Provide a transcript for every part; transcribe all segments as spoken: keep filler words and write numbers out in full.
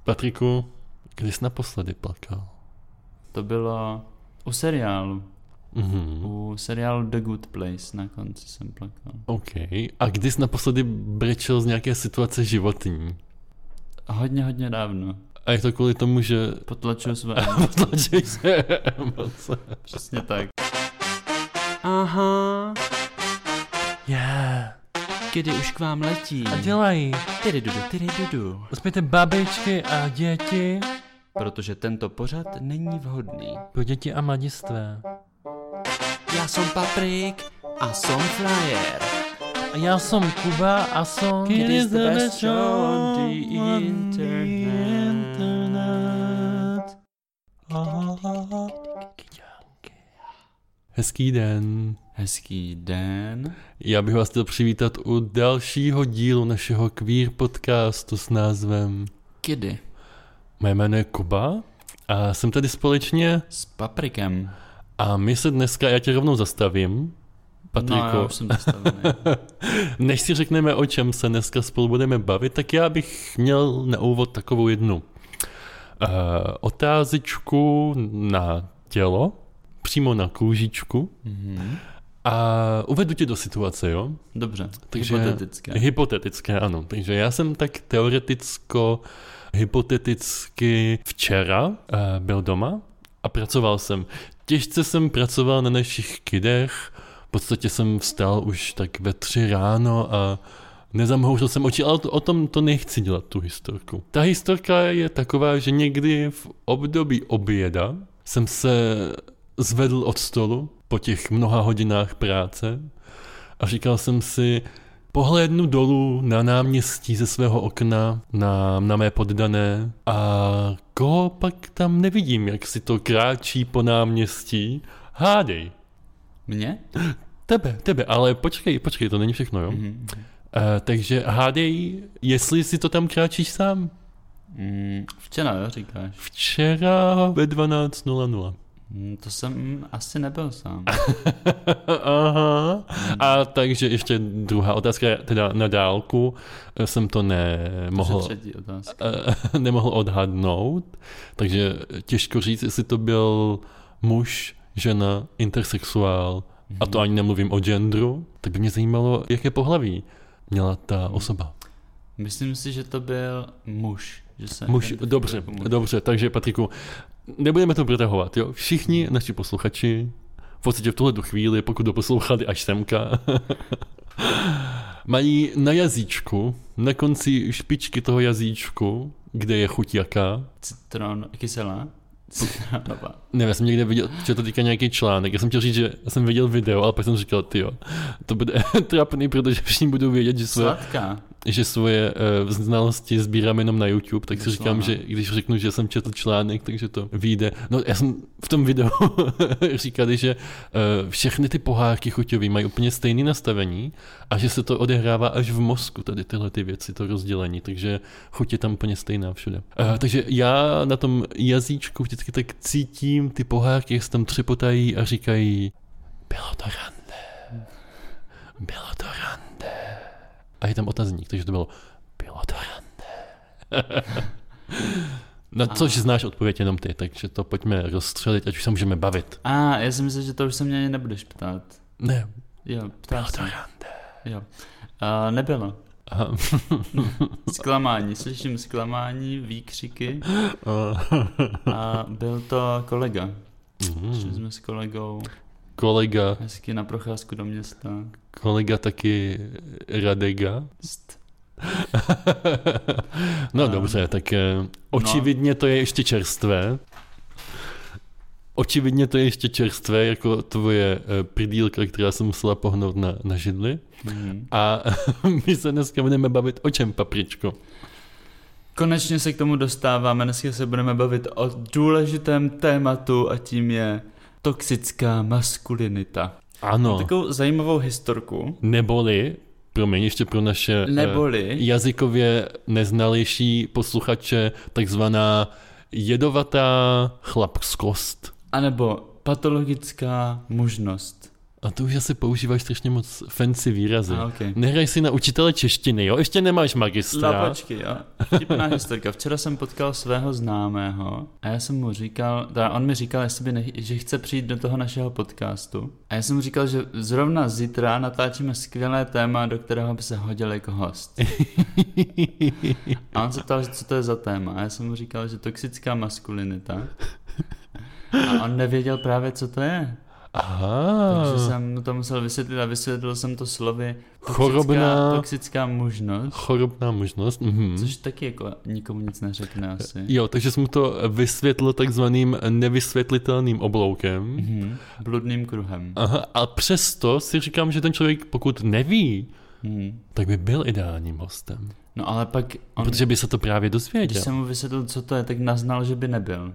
Patriku, kdy jsi naposledy plakal? To bylo u seriálu. Mm-hmm. U seriálu The Good Place na konci jsem plakal. OK. A kdy jsi naposledy brečel z nějaké situace životní? Hodně, hodně dávno. A je to kvůli tomu, že... Potlačuju své emoce. Potlačuj své emoce. Přesně tak. Aha. Yeah. Kdy už k vám letí. A dělají. Tyry dudu, tyry dudu. Uspějte babičky a děti. Protože tento pořad není vhodný. Pro děti a mladistvé. Já jsem Paprik a jsem Flyer. A já jsem Kuba a jsem... It is the best show on the internet. Hezký den. Hezký den. Já bych vás chtěl přivítat u dalšího dílu našeho queer podcastu s názvem Kdy? Moje jméno je Kuba a jsem tady společně S Paprikem. a my se dneska, já tě rovnou zastavím, Patriku. No, já už jsem zastavený. Než si řekneme, o čem se dneska spolu budeme bavit, tak já bych měl na úvod takovou jednu uh, otázičku na tělo, přímo na kůžičku. Mm-hmm. A uvedu tě do situace, jo? Dobře, Takže, hypotetické. Hypotetické, ano. Takže já jsem tak teoreticko, hypoteticky včera uh, byl doma a pracoval jsem. Těžce jsem pracoval na našich kidech, v podstatě jsem vstal už tak ve tři ráno a nezamhouřil jsem oči, ale to, o tom to nechci dělat, tu historku. Ta historka je taková, že někdy v období oběda jsem se zvedl od stolu po těch mnoha hodinách práce a říkal jsem si, pohlédnu dolů na náměstí ze svého okna na, na mé poddané a koho pak tam nevidím, jak si to kráčí po náměstí. Hádej. Mě? Tebe, tebe, ale počkej, počkej, to není všechno, jo? Mm-hmm. Uh, takže hádej, jestli si to tam kráčíš sám. Mm, včera, jo, říkáš? Včera ve dvanáct nula nula. Mm, to jsem asi nebyl sám. Aha. Mm. A takže ještě druhá otázka, teda na dálku jsem to nemohl, To je třetí otázka. uh, nemohl odhadnout, takže těžko říct, jestli to byl muž, žena, intersexuál, a to ani nemluvím o genderu, tak by mě zajímalo, jaké pohlaví měla ta osoba. Myslím si, že to byl muž. Že se Muž, dobře, jako muž. dobře, takže Patriku, nebudeme to protahovat, jo? Všichni naši posluchači, v podstatě v tuhletu chvíli, pokud doposlouchali až semka, mají na jazyčku, na konci špičky toho jazyčku, kde je chuť jaká. Citron, kyselá? Citronová. Ne, já jsem někde viděl, že to týká nějaký článek. Já jsem chtěl říct, že jsem viděl video, ale pak jsem říkal, tyjo, to bude trapný, protože všichni budou vědět, že svoje, Sladká. že svoje uh, znalosti sbírám jenom na YouTube, tak si Vyšla, říkám, no. že když řeknu, že jsem četl článek, takže to vyjde. No já jsem v tom videu říkali, že uh, všechny ty pohárky chuťový mají úplně stejné nastavení a že se to odehrává až v mozku, tady tyhle ty věci, to rozdělení, takže chuť je tam úplně stejná všude. Uh, takže já na tom jazyčku vždycky tak cítím ty pohárky, jak se tam třepotají a říkají bylo to rande, bylo to rande. A je tam otazník, takže to bylo bylo to rande. Na což znáš odpověď jenom ty, takže to pojďme rozstřelit, ať už se můžeme bavit. A ah, já si myslím, že to už se mě ani nebudeš ptát. Ne, Jo, bylo ptáš to se. rande. Jo. Uh, nebylo. Aha. Zklamání, slyším zklamání, výkřiky a byl to kolega. Šli jsme s kolegou Kolega, hezky na procházku do města. kolega taky Radega. St. No A- dobře, tak eh, očividně to je ještě čerstvé. Očividně to je ještě čerstvé, jako tvoje eh, prdýlka, která se musela pohnout na, na židli. Mhm. A my se dneska budeme bavit o čem, Papričko? Konečně se k tomu dostáváme, dneska se budeme bavit o důležitém tématu a tím je toxická maskulinita. Ano, Takovou zajímavou historku. neboli, promiň, ještě pro naše eh, Neboli, jazykově neznalější posluchače, takzvaná jedovatá chlapskost. anebo patologická mužnost. A to už asi používáš strašně moc fancy výrazy. A, okay. Nehraj si na učitele češtiny, jo? Ještě nemáš magistra. No počkej, jo. Vtipná historka. Včera jsem potkal svého známého a já jsem mu říkal, teda on mi říkal, jestli by ne, že chce přijít do toho našeho podcastu. A já jsem mu říkal, že zrovna zítra natáčíme skvělé téma, do kterého by se hodil jako host. A on se ptal, co to je za téma. A já jsem mu říkal, že toxická maskulinita. A on nevěděl právě, co to je. Aha. Takže jsem mu to musel vysvětlit a vysvětlil jsem to slovy toxická, Chorobná, toxická mužnost. Chorobná mužnost. Mhm. Což taky jako nikomu nic neřekne asi. Jo, takže jsem mu to vysvětlil takzvaným nevysvětlitelným obloukem. Mhm. Bludným kruhem. Aha, a přesto si říkám, že ten člověk, pokud neví, Mhm. tak by byl ideálním hostem. No ale pak on, Protože by se to právě dozvěděl. když jsem mu vysvětlil, co to je, tak naznal, že by nebyl.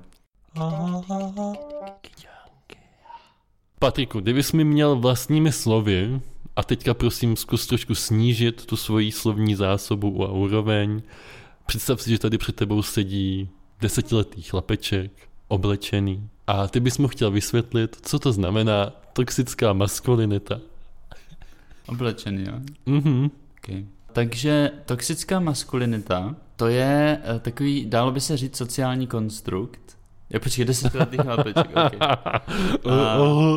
Patriku, kdybys mi měl vlastními slovy, a teďka prosím zkus trošku snížit tu svoji slovní zásobu a úroveň, představ si, že tady před tebou sedí desetiletý chlapeček, oblečený, a ty bys mu chtěl vysvětlit, co to znamená toxická maskulinita. Oblečený, jo? Mhm. Okay. Takže toxická maskulinita, to je uh, takový, dalo by se říct, sociální konstrukt. Já počkej, desetiletý chlapeček, okay. A...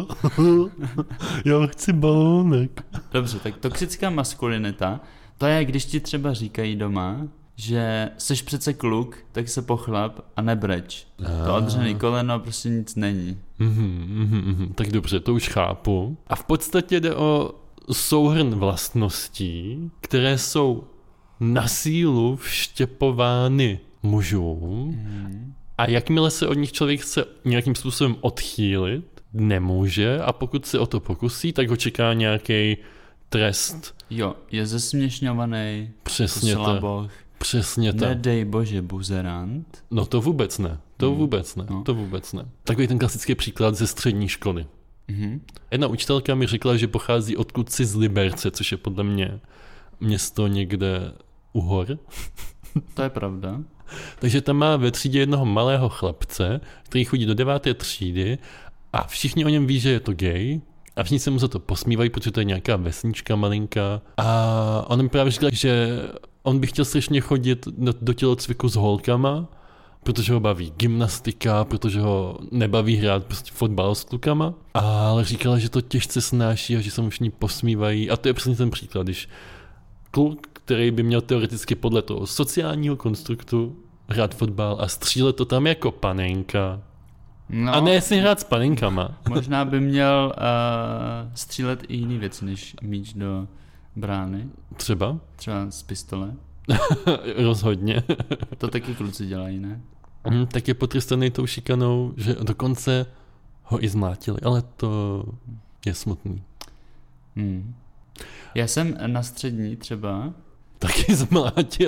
Já chci balónek. Dobře, tak toxická maskulinita, to je, když ti třeba říkají doma, že seš přece kluk, tak se pochlap a nebreč. To odřený koleno prostě nic není. Mhm, mhm, mhm. Tak dobře, to už chápu. A v podstatě jde o souhrn vlastností, které jsou na sílu vštěpovány mužům, Mm. a jakmile se od nich člověk chce nějakým způsobem odchýlit, nemůže, a pokud se o to pokusí, tak ho čeká nějaký trest. Jo, je zesměšňovaný, Přesně to. slaboch, Přesně to. nedej bože buzerant. No to vůbec ne. To Hmm. vůbec ne. No. To vůbec ne. Takový ten klasický příklad ze střední školy. Mhm. Jedna učitelka mi řekla, že pochází odkudsi z Liberce, což je podle mě město někde u hor. To je pravda. Takže tam má ve třídě jednoho malého chlapce, který chodí do deváté třídy, a všichni o něm ví, že je to gay, a všichni se mu za to posmívají, protože to je nějaká vesnička malinká. A on mi právě říkal, že on by chtěl strašně chodit do, do tělocviku s holkama, protože ho baví gymnastika, protože ho nebaví hrát prostě fotbal s klukama. Ale říkala, že to těžce snáší a že se mu všichni posmívají. A to je přesně ten příklad, když kluk, který by měl teoreticky podle toho sociálního konstruktu hrát fotbal a střílet to tam jako panenka. No, A ne si hrát s panenkama. možná by měl uh, střílet i jiný věci, než míč do brány. Třeba? Třeba z pistole. Rozhodně. To taky kluci dělají, ne? Hm, tak je potrestaný tou šikanou, že dokonce ho i zmlátili, ale to je smutný. Hmm. Já jsem na střední třeba... Taky zmlátil.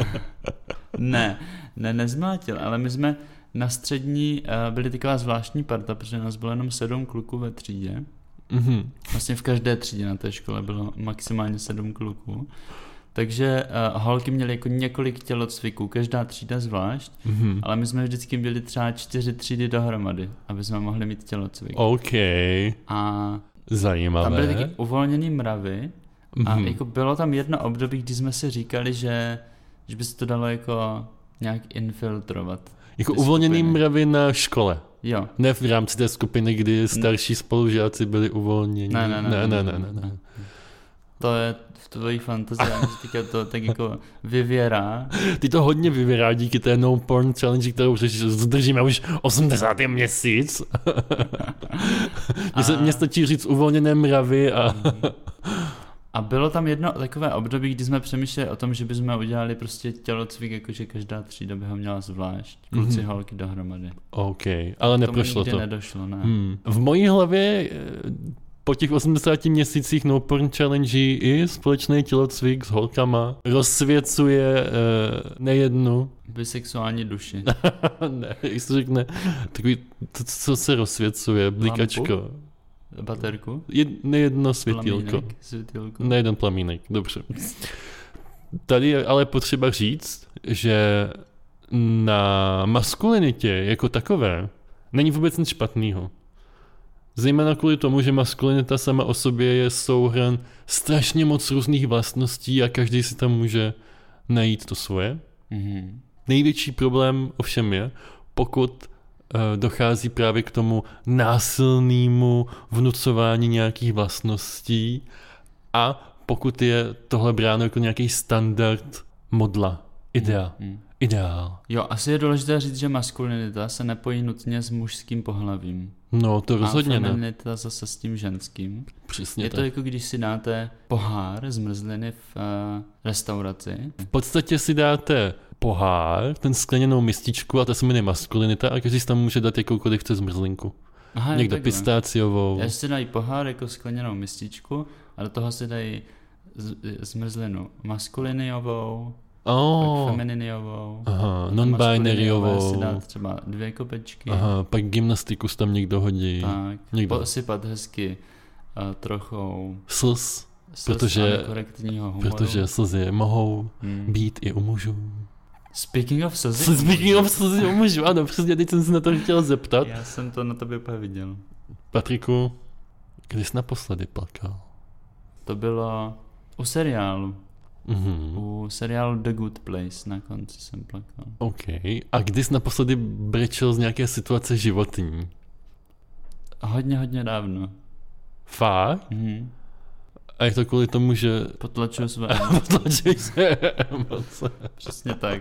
Ne, ne, nezmlátil, ale my jsme na střední uh, byli taková zvláštní parta, protože nás bylo jenom sedm kluků ve třídě. Mhm. Vlastně v každé třídě na té škole bylo maximálně sedm kluků. Takže uh, holky měly jako několik tělocviků, každá třída zvlášť, Mhm. ale my jsme vždycky byli třeba čtyři třídy dohromady, aby jsme mohli mít tělocvik. OK. A Zajímavé. tam byly taky uvolněný mravy a Mhm. jako bylo tam jedno období, kdy jsme si říkali, že, že by se to dalo jako nějak infiltrovat. Jako ty uvolněný skupiny. mravy na škole. Jo. Ne v rámci té skupiny, kdy starší spolužáci byli uvolnění. Ne, ne, ne. ne, ne, ne, ne, ne. To je v tvojí fantazii, já myslím, že to tak jako vyvěrá. Ty to hodně vyvěrá díky té No Porn Challenge, kterou zdržíme už osmdesátý měsíc. Mně se- Mně stačí říct uvolněné mravy a... A bylo tam jedno takové období, kdy jsme přemýšleli o tom, že bychom udělali prostě tělocvik, jakože každá třída by ho měla zvlášť. Kluci, Mhm. holky dohromady. OK, ale neprošlo Tomu nikdy to. nedošlo, ne. Hmm. V mojí hlavě eh, po těch osmdesáti měsících No Porn Challenge i společný tělocvik s holkama rozsvěcuje eh, nejednu, Bisexuální duši. ne, jak se řekne, takový, to, co se rozsvěcuje, blikačko. Baterku. Jed, nejedno světýlko. Plamínek, světýlko. Nejeden plamínek, dobře. Tady je ale potřeba říct, že na maskulinitě jako takové není vůbec nic špatného. Zejména kvůli tomu, že maskulinita sama o sobě je souhrn strašně moc různých vlastností a každý si tam může najít to svoje. Mm-hmm. Největší problém ovšem je, pokud uh, dochází právě k tomu násilnému vnucování nějakých vlastností a pokud je tohle bráno jako nějaký standard modla, idea, mm. ideál. Jo, asi je důležité říct, že maskulinita se nepojí nutně s mužským pohlavím. No, to rozhodně a ne. feminita zase s tím ženským. Přesně je tak. to jako když si dáte pohár zmrzliny v uh, restauraci. V podstatě si dáte pohár, ten skleněnou mističku a ta se jmenuje maskulinita a každý si tam může dát jakoukoliv chce zmrzlinku. Aha, Někdo takhle. pistáciovou. Já si dají pohár jako skleněnou mističku a do toho si dají z- zmrzlinu maskuliniovou, Oh. pak femininiovou. Aha, Maskuliniové non-binaryovou. si dát třeba dvě kopečky. Aha, pak gymnastiku tam někdo hodí. Tak, Někdo. posypat hezky uh, trochou Slz, slz protože- a korektního humoru. protože slzy mohou Hmm. být i u mužů. Speaking of slzy. Speaking of slzy u mužů, ano, přesně teď jsem se na to chtěl zeptat. Já jsem to na tobě úplně viděl. Patriku, kdy jsi naposledy plakal? To bylo u seriálu. Mhm. U seriálu The Good Place na konci jsem plakal. OK. A kdy jsi naposledy brečel z nějaké situace životní? Hodně, hodně dávno. Fakt? Mhm. A je to kvůli tomu, že Potlačuju své potlačují se emoce. Přesně tak.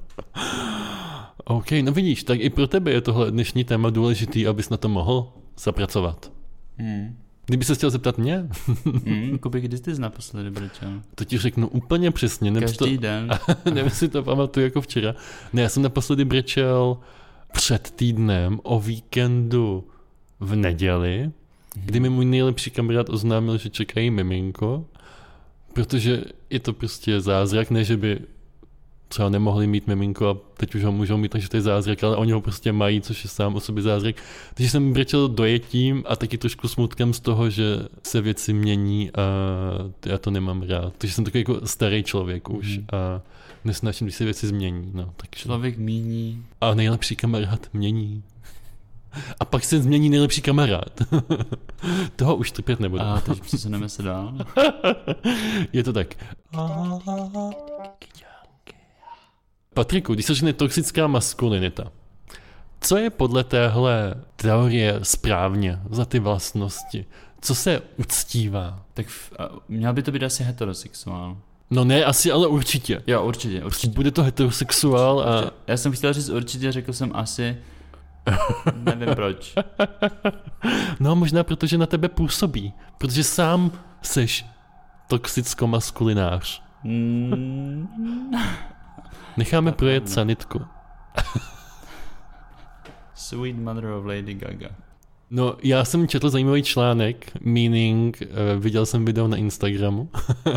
OK, no vidíš, tak i pro tebe je tohle dnešní téma důležitý, abys na to mohl zapracovat. Mhm. Kdyby se chtěl zeptat mě, Mhm. Kuby, kdy jsi naposledy brečel? to ti řeknu úplně přesně. Nebo to, Každý den. nevím, si to pamatuju jako včera. Ne, já jsem naposledy brečel před týdnem o víkendu v neděli, kdy mi můj nejlepší kamarád oznámil, že čekají miminko, protože je to prostě zázrak, ne, že by třeba nemohli mít miminko a teď už ho můžou mít, takže to je zázrak, ale oni ho prostě mají, což je sám o sobě zázrak. Takže jsem brečel dojetím a taky trošku smutkem z toho, že se věci mění a já to nemám rád. Takže jsem takový jako starý člověk už Mhm. a nesnáším, když se věci změní. No, takže... Člověk míní. A nejlepší kamarád mění. A pak se změní nejlepší kamarád. Toho už trpět nebudu. A teď přesuneme se dál. Je to tak. Patriku, když se řekne toxická maskulinita, co je podle téhle teorie správně za ty vlastnosti? Co se uctívá? Tak v, a, měl by to být asi heterosexuál. No ne, asi, ale určitě. Jo, určitě, určitě. Bude to heterosexuál a... Já jsem chtěl říct určitě, řekl jsem asi. Nevím proč. No možná protože na tebe působí. Protože sám seš toxicko-maskulinář. Mm, Necháme Tak, projet ano. sanitku. Sweet Mother of Lady Gaga. No, já jsem četl zajímavý článek, meaning, uh, viděl jsem video na Instagramu,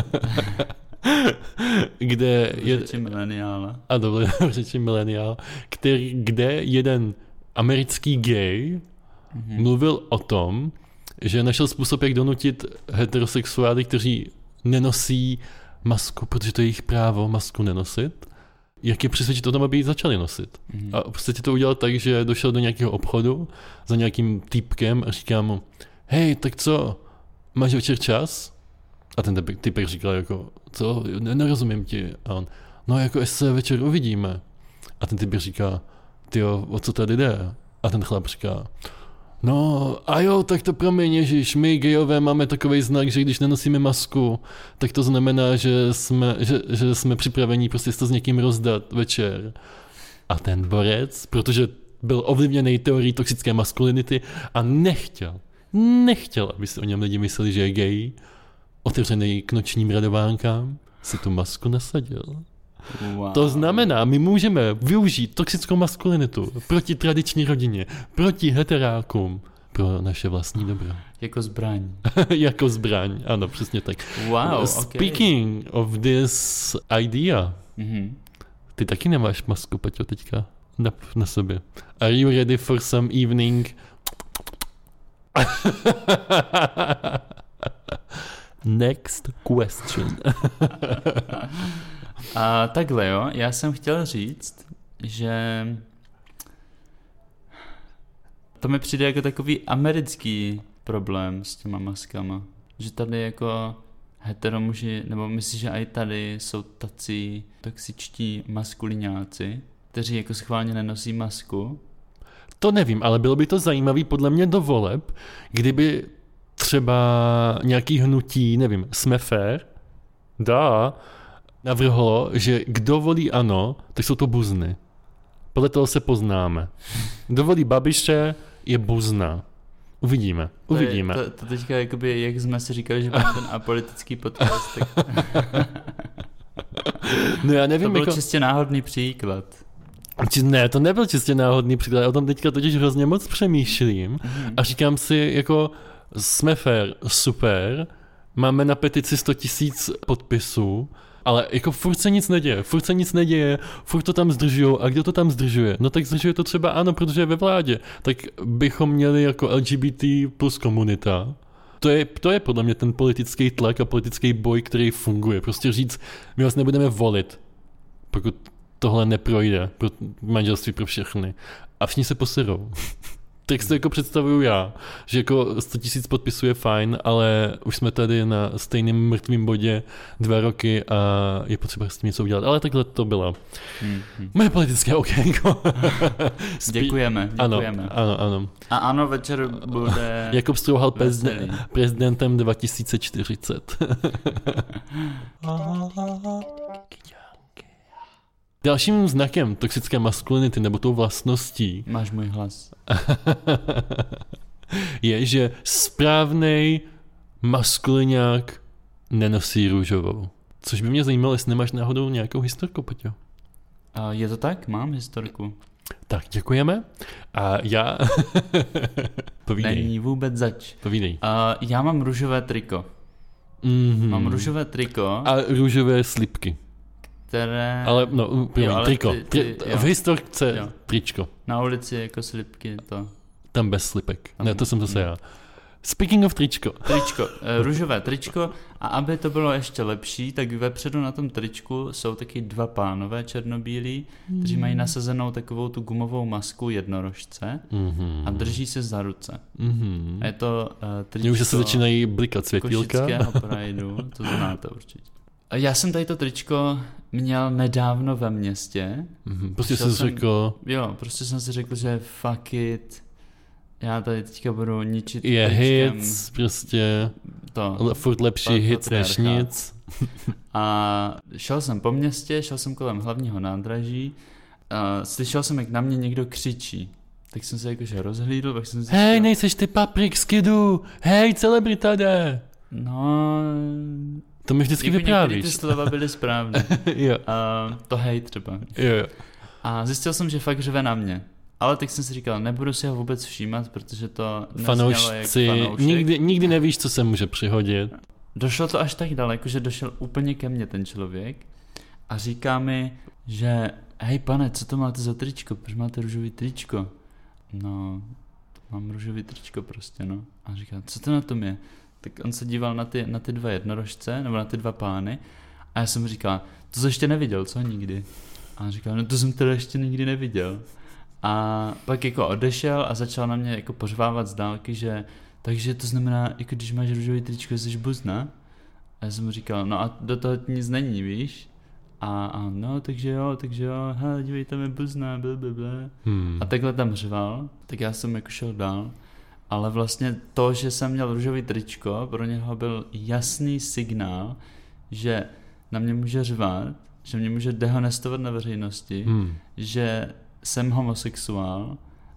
kde je... Řeči mileniála. A dobre, řeči mileniál, který, kde jeden americký gay Mhm. mluvil o tom, že našel způsob, jak donutit heterosexuály, kteří nenosí masku, protože to je jejich právo masku nenosit, jak je přesvědčit o tom, aby ji začali nosit. Mhm. A prostě to udělal tak, že došel do nějakého obchodu za nějakým týpkem a říká mu, hej, tak co, máš večer čas? A ten týpek říkal jako, co, ne, nerozumím ti. A on, no jako jestli se večer uvidíme. A ten týpek říká, tyjo, o co tady jde? A ten chlap říká, no a jo, tak to promiň, ježiš, my gejové máme takový znak, že když nenosíme masku, tak to znamená, že jsme, že, že jsme připraveni prostě to s někým rozdat večer. A ten borec, protože byl ovlivněný teorií toxické maskulinity a nechtěl, nechtěl, aby si o něm lidi mysleli, že je gay, otevřený k nočním radovánkám, si tu masku nasadil. Wow. To znamená, my můžeme využít toxickou maskulinitu proti tradiční rodině, proti heterákům, pro naše vlastní dobro. Jako zbraň. Jako zbraň, ano, přesně tak. Wow, Speaking okay. of this idea, Mhm. ty taky nemáš masku, Paťo, teďka na, na sobě. Are you ready for some evening? Next question. A takhle jo, já jsem chtěl říct, že To mi přijde jako takový americký problém s těma maskama. Že tady jako heteromuži, nebo myslím, že i tady jsou tací toxičtí maskuliňáci, kteří jako schválně nenosí masku. To nevím, ale bylo by to zajímavý podle mě do voleb, kdyby třeba nějaký hnutí, nevím, Jsme fér, dá, navrhlo, že kdo volí ANO, tak jsou to buzny. Podle toho se poznáme. Kdo volí Babiše, je buzna. Uvidíme, uvidíme. To, je, to, to teďka jakoby, jak jsme si říkali, že byl ten apolitický podcast, tak... No já nevím, to byl jako... čistě náhodný příklad. Ne, to nebyl čistě náhodný příklad, já o tom teďka totiž hrozně moc přemýšlím mm. a říkám si, jako Jsme fér, super, máme na petici sto tisíc podpisů, ale jako furt se nic neděje, furt se nic neděje, furt to tam zdržujou a kdo to tam zdržuje? No tak zdržuje to třeba ANO, protože je ve vládě, tak bychom měli jako L G B T plus komunita. To je, to je podle mě ten politický tlak a politický boj, který funguje. Prostě říct, my vás nebudeme volit, pokud tohle neprojde pro manželství pro všechny. A všichni se poserou. Tak si to jako představuju já, že jako sto tisíc podpisů je fajn, ale už jsme tady na stejném mrtvém bodě dva roky a je potřeba s tím něco udělat. Ale takhle to bylo. Hmm, hmm. Moje politické okénko. Děkujeme, děkujeme. Ano, ano, ano. A ano, večer bude... Jakub Strouhal prezident, prezidentem dva tisíce čtyřicet. Dalším znakem toxické maskulinity nebo tou vlastností máš můj hlas. je, že správnej maskuliňák nenosí růžovou. Což by mě zajímalo, jestli nemáš náhodou nějakou historku, Paťo. A je to tak? Mám historku. Tak, děkujeme. A já... Povídej. Není vůbec zač. Povídej. A já mám růžové triko. Mm-hmm. Mám růžové triko. A růžové slipky. Které... Ale no, první, ale triko. Ty, ty, Tri, v historce jo. Tričko. Na ulici jako slipky to. Tam bez slipek. Tam, ne, to jsem zase já. Speaking of tričko. Tričko, růžové tričko a aby to bylo ještě lepší, tak vepředu na tom tričku jsou taky dva pánové černobílí, mm. kteří mají nasazenou takovou tu gumovou masku jednorožce mm-hmm. a drží se za ruce. Mm-hmm. A je to uh, tričko... Už se začínají blikat světýlka. Košického Prideu, to znáte určitě. A já jsem tady to tričko měl nedávno ve městě. Mm-hmm. Prostě jsem si řekl... Jo, prostě jsem si řekl, že fuck it, já tady teďka budu ničit je hit, prostě to, furt lepší hit než nic. A šel jsem po městě, šel jsem kolem hlavního nádraží a slyšel jsem, jak na mě někdo křičí. Tak jsem se jakože rozhlídl, pak jsem si hej, říkal, nejseš ty Paprik z Kidu, hej, celebrita jde. No... To mi vždycky jako vyprávíš. Některé ty slova byly správné. Jo. A to hej třeba. Jo, jo. A zjistil jsem, že fakt řve na mě. Ale tak jsem si říkal, nebudu si ho vůbec všímat, protože to neznělo jak fanoušek. Nikdy, nikdy nevíš, co se může přihodit. Došlo to až tak daleko, že došel úplně ke mně ten člověk a říká mi, že hej pane, co to máte za tričko, proč máte růžový tričko? No, mám růžový tričko prostě, no. A říká, co to na tom je? Tak on se díval na ty, na ty dva jednorožce, nebo na ty dva pány a já jsem mu říkal, to jsi ještě neviděl, co nikdy? A on říkal, no to jsem teda ještě nikdy neviděl. A pak jako odešel a začal na mě jako pořvávat z dálky, že takže to znamená, jako když máš růžový tričko, jsi buzna? A já jsem mu říkal, no a do toho nic není, víš? A, a no, takže jo, takže jo, hele, dívej, tam je buzna, blablabla. Hmm. A takhle tam řval, tak já jsem jako šel dál. Ale vlastně to, že jsem měl růžový tričko, pro něho byl jasný signál, že na mě může řvát, že mě může dehonestovat na veřejnosti, hmm. že jsem homosexuál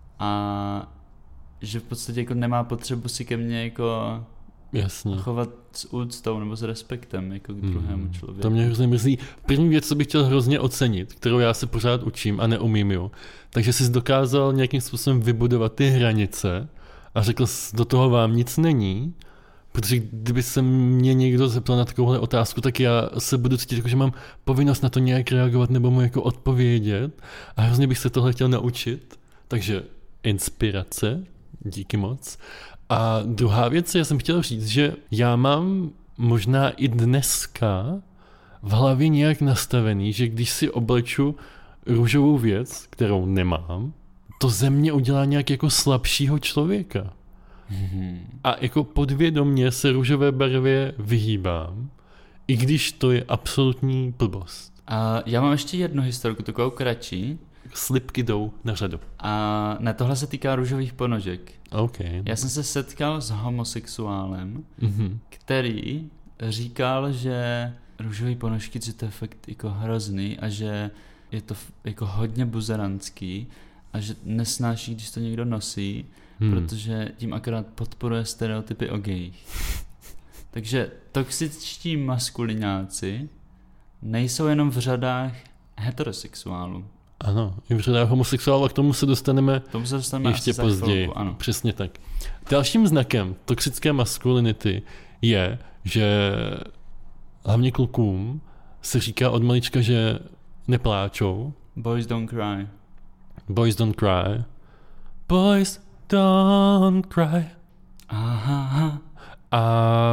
a že v podstatě jako nemá potřebu si ke mně jako Jasně. chovat s úctou nebo s respektem jako k druhému hmm. člověku. To mě hrozně mrzí. První věc, co bych chtěl hrozně ocenit, kterou já se pořád učím a neumím ju, takže jsi dokázal nějakým způsobem vybudovat ty hranice a řekl jsi, do toho vám nic není, protože kdyby se mě někdo zeptal na takovouhle otázku, tak já se budu cítit jako, že mám povinnost na to nějak reagovat nebo mu jako odpovědět a hrozně bych se tohle chtěl naučit. Takže inspirace, díky moc. A druhá věc, já jsem chtěl říct, že já mám možná i dneska v hlavě nějak nastavený, že když si obleču růžovou věc, kterou nemám, to ze mě udělá nějak jako slabšího člověka. Mm-hmm. A jako podvědomě se růžové barvě vyhýbám, i když to je absolutní blbost. A já mám ještě jednu historku, takovou kratší. Slipky jdou na řadu. A ne, tohle se týká růžových ponožek. OK. Já jsem se setkal s homosexuálem, Mm-hmm. který říkal, že růžové ponožky, že to je fakt jako hrozný a že je to jako hodně buzerantský a že nesnáší, když to někdo nosí, hmm. protože tím akorát podporuje stereotypy o gejích. Takže toxičtí maskulináci nejsou jenom v řadách heterosexuálů. Ano, i v řadách homosexuálů, a k tomu se dostaneme, K tomu se dostaneme ještě asi později. Chvilku, ano. Přesně tak. Dalším znakem toxické maskulinity je, že hlavně klukům se říká od malička, že nepláčou. Boys don't cry. Boys don't cry. Boys don't cry. Aha. A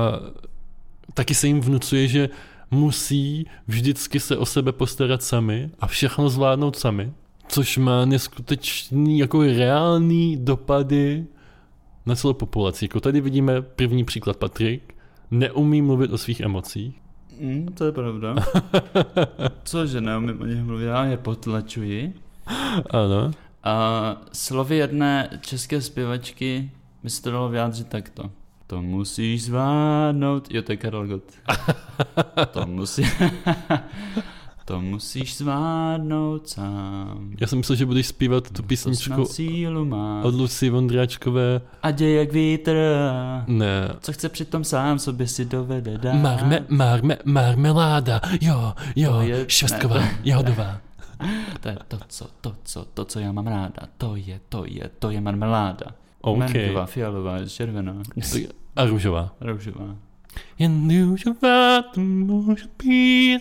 taky se jim vnucuje, že musí vždycky se o sebe postarat sami a všechno zvládnout sami, což má neskutečný, jako reálný dopady na celou populaci. Jako tady vidíme první příklad Patrik, neumí mluvit o svých emocích. Mm, to je pravda. Cože neumím o nich mluvit, já je potlačuji. Ano. A slovy jedné české zpěvačky by se to dalo vyjádřit takto. To musíš zvládnout. Jo, to je Karel Gott. To musí... to musíš zvládnout sám. Já jsem myslel, že budeš zpívat tu písničku od Lucy Vondráčkové. A děj jak vítr. Ne. Co chce přitom sám sobě si dovede dát. Marme, marme, marmeláda. Jo, jo, je, švestková, ne, jahodová. To je to, co, to, co, to, co já mám ráda. To je, to je, to je marmeláda. OK. Menková, fialová, červená. A růžová. Růžová. Jen růžová to může být.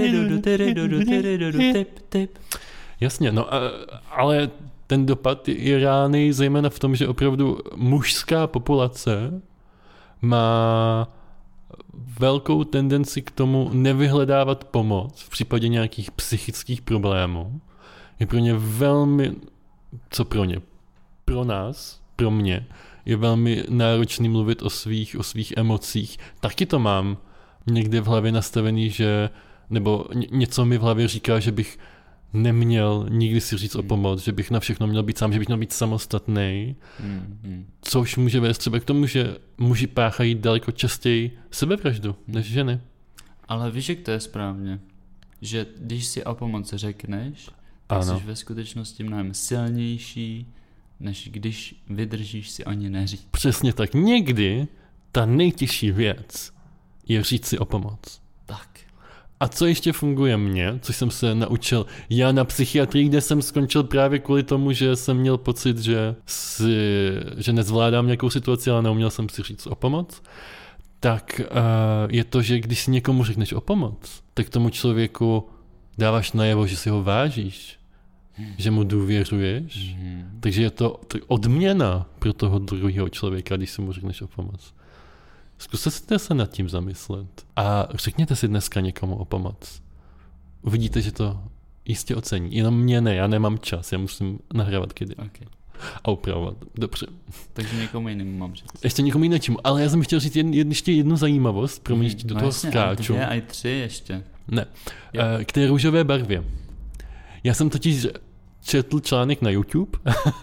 Jasně, no a, ale ten dopad je reálný zejména v tom, že opravdu mužská populace má velkou tendenci k tomu nevyhledávat pomoc v případě nějakých psychických problémů. Je pro ně velmi, co pro ně? Pro nás, pro mě, je velmi náročný mluvit o svých, o svých emocích. Taky to mám někde v hlavě nastavený, že, nebo něco mi v hlavě říká, že bych neměl nikdy si říct o pomoc, že bych na všechno měl být sám, že bych měl být samostatný, Hmm, hmm. což může vést třeba k tomu, že muži páchají daleko častěji sebevraždu než ženy. Ale víš, jak to je správně? Že když si o pomoc řekneš, tak Ano. jsi ve skutečnosti mnohem silnější, než když vydržíš si o ně neříct. Přesně tak. Někdy ta nejtěžší věc je říct si o pomoc. Tak. A co ještě funguje mně, což jsem se naučil já na psychiatrii, kde jsem skončil právě kvůli tomu, že jsem měl pocit, že, si, že nezvládám nějakou situaci, ale neuměl jsem si říct o pomoc, tak uh, je to, že když si někomu řekneš o pomoc, tak tomu člověku dáváš najevo, že si ho vážíš, hmm. že mu důvěřuješ, hmm. takže je to odměna pro toho druhého člověka, když si mu řekneš o pomoc. Zkuste se nad tím zamyslet a řekněte si dneska někomu o pomoc. Uvidíte, že to jistě ocení. Jenom mě ne, já nemám čas, já musím nahrávat kedy. Okay. A upravovat, dobře. Takže někomu jinému mám říct. Ještě někomu jinému, ale já jsem chtěl říct jen, jen, ještě jednu zajímavost, pro mě ještě do no toho jasně, skáču. Dvě, a tři ještě. Ne, uh, k té růžové barvě. Já jsem totiž četl článek na YouTube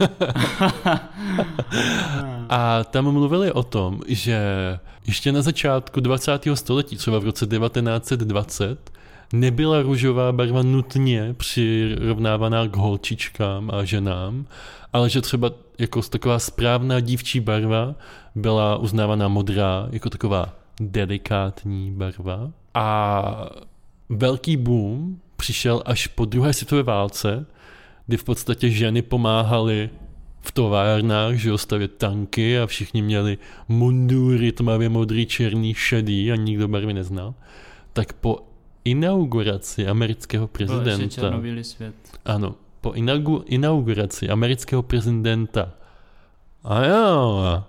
a tam mluvili o tom, že ještě na začátku dvacátého století, třeba v roce devatenáct set dvacet, nebyla růžová barva nutně přirovnávaná k holčičkám a ženám, ale že třeba jako taková správná dívčí barva byla uznávaná modrá jako taková delikátní barva. A velký boom přišel až po druhé světové válce, kdy v podstatě ženy pomáhaly v továrnách, že jo, stavět tanky a všichni měli mundury tmavě modrý, černý, šedý a nikdo barvy neznal. Tak po inauguraci amerického prezidenta... Byl ještě černobílý svět. Ano, po inaugu, inauguraci amerického prezidenta a jo,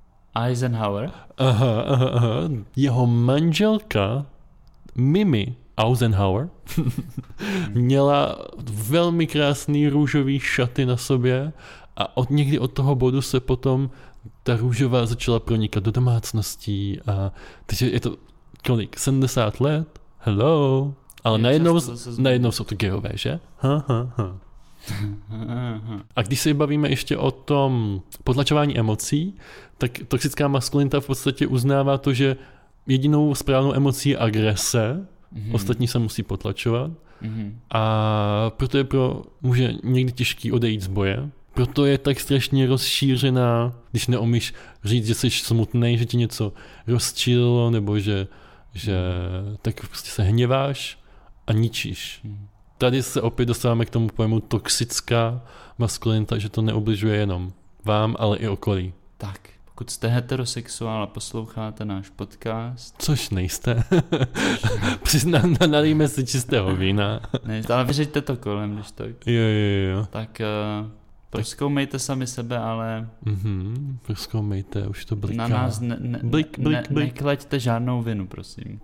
Eisenhower? aha, aha, aha, jeho manželka Mimi Eisenhower měla velmi krásný růžový šaty na sobě a od někdy od toho bodu se potom ta růžová začala pronikat do domácností a takže je to kolik? sedmdesát let? Hello? Ale najednou, najednou jsou to gejové, že? Ha, ha, ha. A když se bavíme ještě o tom potlačování emocí, tak toxická maskulinita v podstatě uznává to, že jedinou správnou emocí je agrese, mm-hmm. ostatní se musí potlačovat mm-hmm. a proto je pro muže někdy těžký odejít z boje. Proto je tak strašně rozšířená, když neumíš říct, že jsi smutnej, že ti něco rozčililo, nebo že, že tak prostě se hněváš a ničíš. Tady se opět dostáváme k tomu pojmu toxická maskulinita, že to neubližuje jenom vám, ale i okolí. Tak, pokud jste heterosexuál a posloucháte náš podcast. Což nejste. Přiznám, nalijme si čistého vína. Nejste, ale vyřeďte to kolem, když to... Jo, jo, jo. Tak... Uh... Prozkoumejte sami sebe, ale mm-hmm, prozkoumejte, už to bliká. Na nás ne, ne, blik, blik, ne, blik. nekleďte žádnou vinu, prosím.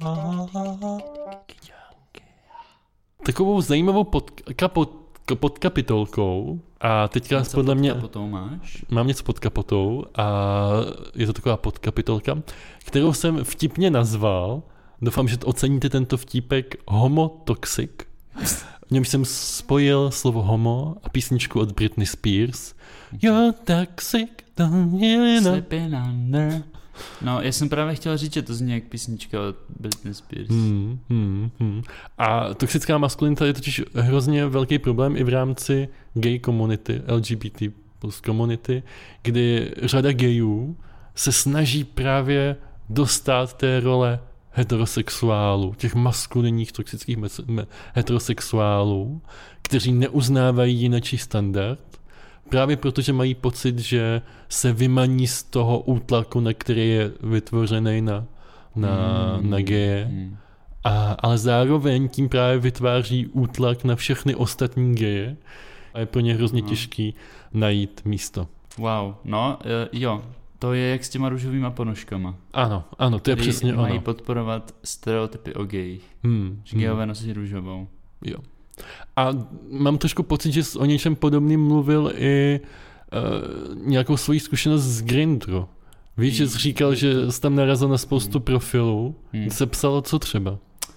Takovou zajímavou podka, pod, pod kapitolkou a teďka něco podle pod mě kapotou máš? Mám něco pod kapotou a je to taková podkapitolka, kterou jsem vtipně nazval, doufám, že oceníte tento vtípek, homotoxic. V něm jsem spojil slovo homo a písničku od Britney Spears. You're toxic, don't you know. Slipping under. No, já jsem právě chtěl říct, že to zní jak písnička od Britney Spears. Hmm, hmm, hmm. A toxická maskulinita je totiž hrozně velký problém i v rámci gay komunity, L G B T plus komunity, kdy řada gayů se snaží právě dostat té role heterosexuálů, těch maskulinních toxických me- me- heterosexuálů, kteří neuznávají jinačí standard, právě protože mají pocit, že se vymaní z toho útlaku, na který je vytvořený na, na, mm. na geje, mm. a, ale zároveň tím právě vytváří útlak na všechny ostatní geje a je pro ně hrozně no. těžký najít místo. Wow, no jo, to je jak s těma růžovýma ponožkama. Ano, ano, to je přesně ono. Mají podporovat stereotypy o gejích. Hmm, že gejové hmm. nosí růžovou. Jo. A mám trošku pocit, že jsi o něčem podobným mluvil i uh, nějakou svoji zkušenost z Grindru. Víš, že jsi říkal, že jsi tam narazil na spoustu hmm. profilů. Hmm. Se psalo co třeba? Uh,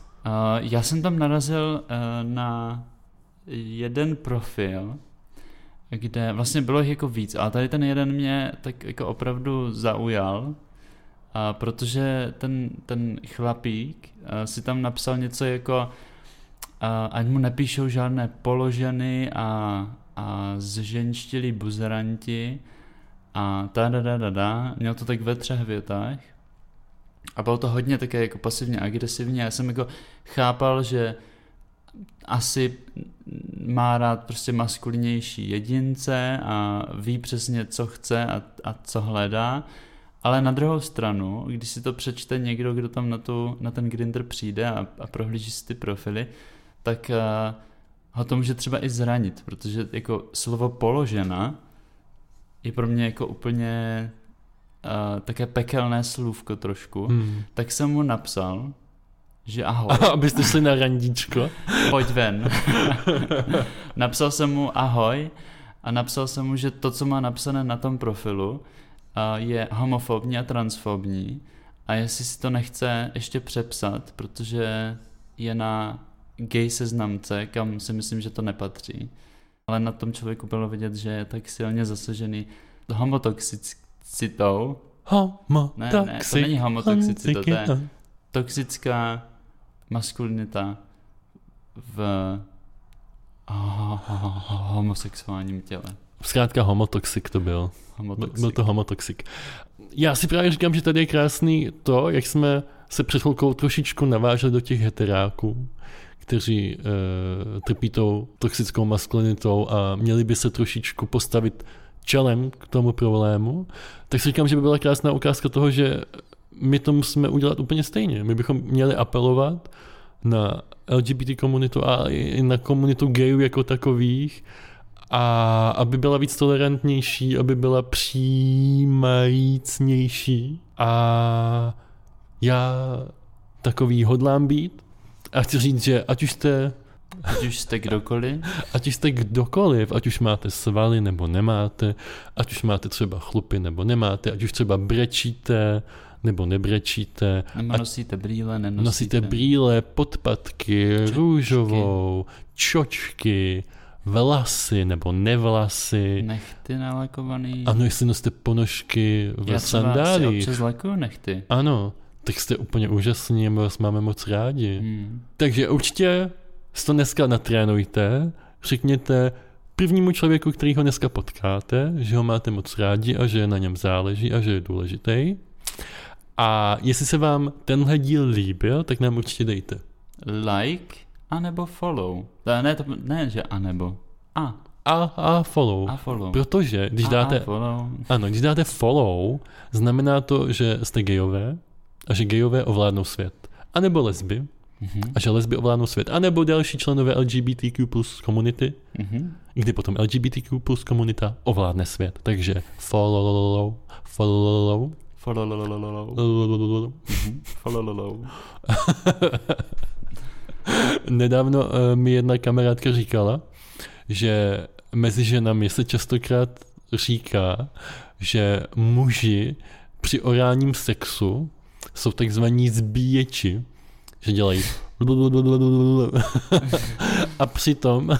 já jsem tam narazil uh, na jeden profil, kde vlastně bylo jich jako víc, ale tady ten jeden mě tak jako opravdu zaujal, a protože ten, ten chlapík a, si tam napsal něco jako a, ať mu nepíšou žádné položeny a, a zženštilí buzeranti a ta da da da da, měl to tak ve třech větách a bylo to hodně také jako pasivně agresivní a já jsem jako chápal, že asi má rád prostě maskulinnější jedince a ví přesně, co chce a, a co hledá, ale na druhou stranu, když si to přečte někdo, kdo tam na, tu, na ten Grindr přijde a, a prohlíží si ty profily, tak uh, ho to může třeba i zranit, protože jako slovo položena je pro mě jako úplně uh, také pekelné slůvko trošku, hmm. tak jsem mu napsal, že ahoj. Abyste šli na randíčko. Pojď ven. Napsal jsem mu ahoj a napsal jsem mu, že to, co má napsané na tom profilu, je homofobní a transfobní a jestli si to nechce ještě přepsat, protože je na gay seznamce, kam si myslím, že to nepatří. Ale na tom člověku bylo vidět, že je tak silně zasažený homotoxicitou. Homotoxik. Ne, ne, to není homotoxicita, to je toxická maskulinita v homosexuálním těle. Zkrátka homotoxik to byl. Homotoxik. Byl to homotoxik. Já si právě říkám, že tady je krásný to, jak jsme se před chvilkou trošičku naváželi do těch heteráků, kteří e, trpí tou toxickou maskulinitou a měli by se trošičku postavit čelem k tomu problému, tak si říkám, že by byla krásná ukázka toho, že my to musíme udělat úplně stejně. My bychom měli apelovat na L G B T komunitu a i na komunitu gayů jako takových, a aby byla víc tolerantnější, aby byla přijímajícnější. A já takový hodlám být A chci říct, že ať už jste, Ať už jste kdokoliv, ať už jste kdokoliv, ať už máte svaly nebo nemáte, ať už máte třeba chlupy nebo nemáte, ať už třeba brečíte nebo nebrečíte, nebo nosíte brýle, nenosíte. nosíte brýle, podpatky, Čočky. růžovou, čočky, vlasy nebo nevlasy. Nechty nalakovaný. Ano, jestli nosíte ponožky ve Já třeba si sandálích. občas lakuju nechty. Ano, tak jste úplně úžasní a my vás máme moc rádi. Hmm. Takže určitě si to dneska natrénujte, řekněte prvnímu člověku, který ho dneska potkáte, že ho máte moc rádi a že na něm záleží a že je důležitý. A jestli se vám tenhle díl líbil, tak nám určitě dejte Like anebo follow. Ne, to, ne že anebo. A. A, a follow. A follow. Protože když a, dáte, a follow. ano, když dáte follow, znamená to, že jste gejové a že gejové ovládnou svět. A nebo lesby. Mm-hmm. A že lesby ovládnou svět. A nebo další členové L G B T Q plus komunity, Mm-hmm. kdy potom L G B T Q plus komunita ovládne svět. Takže follow, follow, Follow. Follow. Nedávno uh, mi jedna kamarádka říkala, že mezi ženami se častokrát říká, že muži při orálním sexu jsou takzvaní zbíječi, že dělají a přitom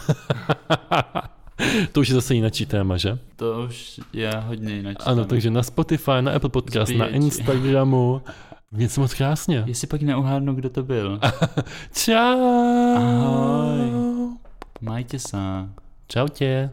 to už je zase jináčí téma, že? To už je hodně jinak. Ano, takže na Spotify, na Apple Podcast, Zbíječi. na Instagramu. Něco moc krásně. Jestli pak neuhádnu, kdo to byl. Čau. Ahoj. Majte se. Čau tě.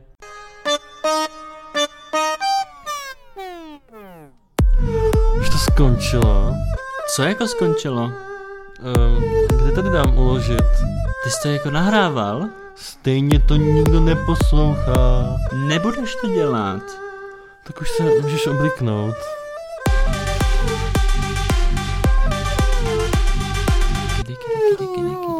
Už to skončilo. Co jako skončilo? Um, kde tady dám uložit? Ty jsi to jako nahrával? Stejně to nikdo neposlouchá. Nebudeš to dělat. Tak už se můžeš obliknout. Kdy, kdy, kdy, kdy, kdy.